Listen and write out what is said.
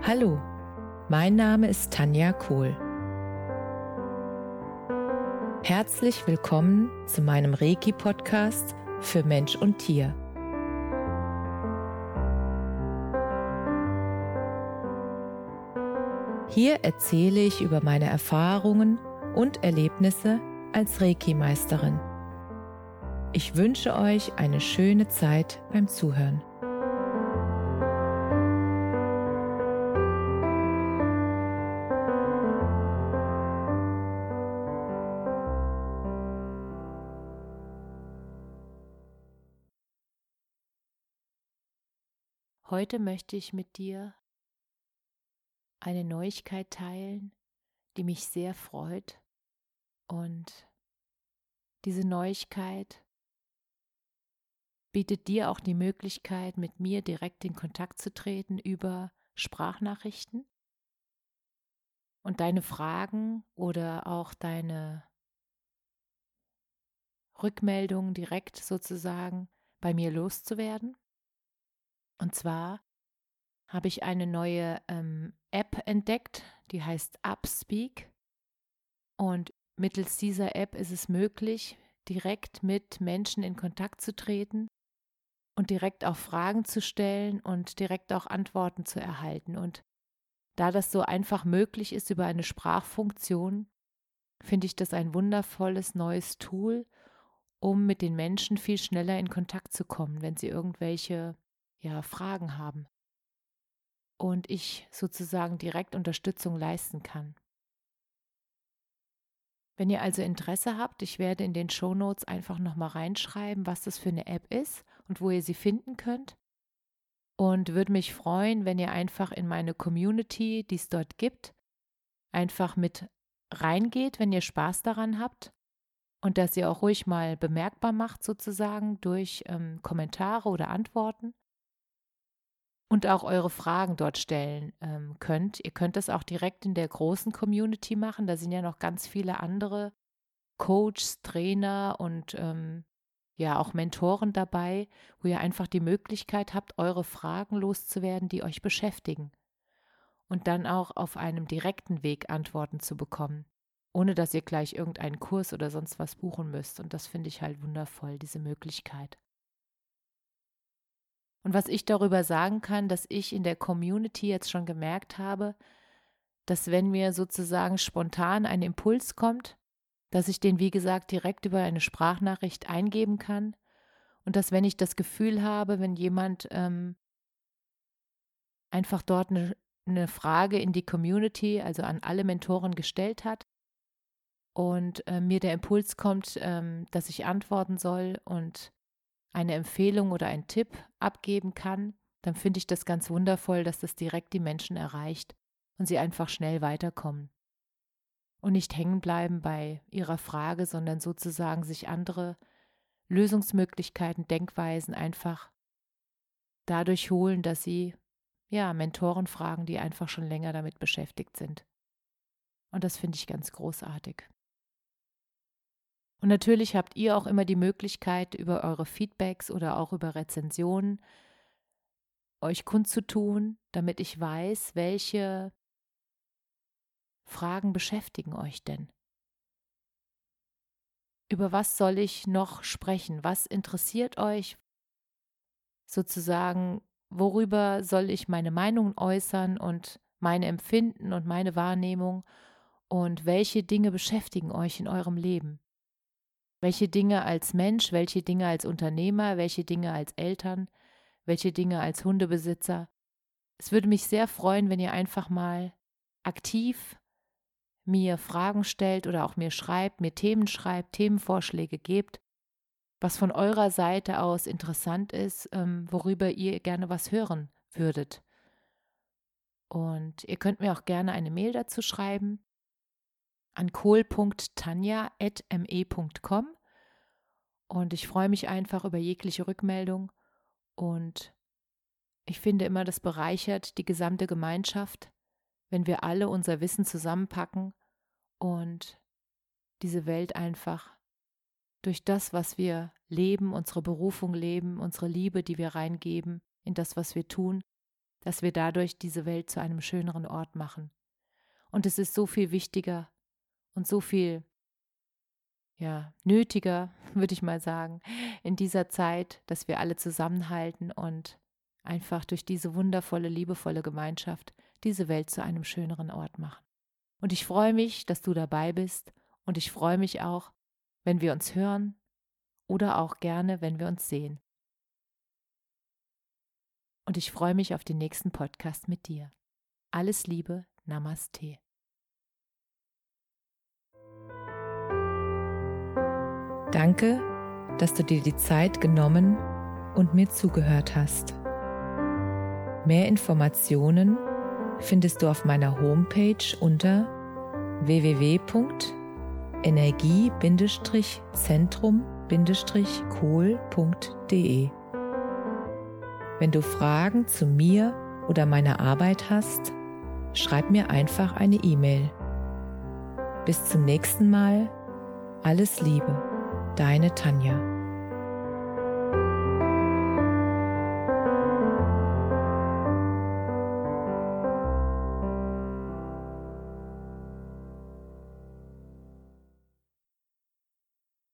Hallo, mein Name ist Tanja Kohl. Herzlich willkommen zu meinem Reiki-Podcast für Mensch und Tier. Hier erzähle ich über meine Erfahrungen und Erlebnisse als Reiki-Meisterin. Ich wünsche euch eine schöne Zeit beim Zuhören. Heute möchte ich mit dir eine Neuigkeit teilen, die mich sehr freut. Und diese Neuigkeit bietet dir auch die Möglichkeit, mit mir direkt in Kontakt zu treten über Sprachnachrichten und deine Fragen oder auch deine Rückmeldungen direkt sozusagen bei mir loszuwerden. Und zwar habe ich eine neue App entdeckt, die heißt Upspeak. Und mittels dieser App ist es möglich, direkt mit Menschen in Kontakt zu treten und direkt auch Fragen zu stellen und direkt auch Antworten zu erhalten. Und da das so einfach möglich ist über eine Sprachfunktion, finde ich das ein wundervolles neues Tool, um mit den Menschen viel schneller in Kontakt zu kommen, wenn sie irgendwelche Fragen haben. Und ich sozusagen direkt Unterstützung leisten kann. Wenn ihr also Interesse habt, ich werde in den Shownotes einfach nochmal reinschreiben, was das für eine App ist und wo ihr sie finden könnt. Und würde mich freuen, wenn ihr einfach in meine Community, die es dort gibt, einfach mit reingeht, wenn ihr Spaß daran habt. Und dass ihr auch ruhig mal bemerkbar macht sozusagen durch Kommentare oder Antworten. Und auch eure Fragen dort stellen könnt. Ihr könnt das auch direkt in der großen Community machen. Da sind ja noch ganz viele andere Coaches, Trainer und auch Mentoren dabei, wo ihr einfach die Möglichkeit habt, eure Fragen loszuwerden, die euch beschäftigen. Und dann auch auf einem direkten Weg Antworten zu bekommen, ohne dass ihr gleich irgendeinen Kurs oder sonst was buchen müsst. Und das finde ich halt wundervoll, diese Möglichkeit. Und was ich darüber sagen kann, dass ich in der Community jetzt schon gemerkt habe, dass wenn mir sozusagen spontan ein Impuls kommt, dass ich den, wie gesagt, direkt über eine Sprachnachricht eingeben kann und dass, wenn ich das Gefühl habe, wenn jemand einfach dort eine Frage in die Community, also an alle Mentoren gestellt hat und mir der Impuls kommt, dass ich antworten soll und eine Empfehlung oder einen Tipp abgeben kann, dann finde ich das ganz wundervoll, dass das direkt die Menschen erreicht und sie einfach schnell weiterkommen und nicht hängen bleiben bei ihrer Frage, sondern sozusagen sich andere Lösungsmöglichkeiten, Denkweisen einfach dadurch holen, dass sie Mentoren fragen, die einfach schon länger damit beschäftigt sind. Und das finde ich ganz großartig. Und natürlich habt ihr auch immer die Möglichkeit, über eure Feedbacks oder auch über Rezensionen euch kundzutun, damit ich weiß, welche Fragen beschäftigen euch denn? Über was soll ich noch sprechen? Was interessiert euch? Sozusagen, worüber soll ich meine Meinung äußern und meine Empfinden und meine Wahrnehmung? Und welche Dinge beschäftigen euch in eurem Leben? Welche Dinge als Mensch, welche Dinge als Unternehmer, welche Dinge als Eltern, welche Dinge als Hundebesitzer? Es würde mich sehr freuen, wenn ihr einfach mal aktiv mir Fragen stellt oder auch mir schreibt, mir Themen schreibt, Themenvorschläge gebt, was von eurer Seite aus interessant ist, worüber ihr gerne was hören würdet. Und ihr könnt mir auch gerne eine Mail dazu schreiben an kohl.tanja@me.com und ich freue mich einfach über jegliche Rückmeldung und ich finde immer, das bereichert die gesamte Gemeinschaft, wenn wir alle unser Wissen zusammenpacken und diese Welt einfach durch das, was wir leben, unsere Berufung leben, unsere Liebe, die wir reingeben in das, was wir tun, dass wir dadurch diese Welt zu einem schöneren Ort machen. Und es ist so viel wichtiger und so viel, nötiger, würde ich mal sagen, in dieser Zeit, dass wir alle zusammenhalten und einfach durch diese wundervolle, liebevolle Gemeinschaft diese Welt zu einem schöneren Ort machen. Und ich freue mich, dass du dabei bist und ich freue mich auch, wenn wir uns hören oder auch gerne, wenn wir uns sehen. Und ich freue mich auf den nächsten Podcast mit dir. Alles Liebe, Namaste. Danke, dass du dir die Zeit genommen und mir zugehört hast. Mehr Informationen findest du auf meiner Homepage unter www.energie-zentrum-kohl.de. Wenn du Fragen zu mir oder meiner Arbeit hast, schreib mir einfach eine E-Mail. Bis zum nächsten Mal. Alles Liebe, deine Tanja.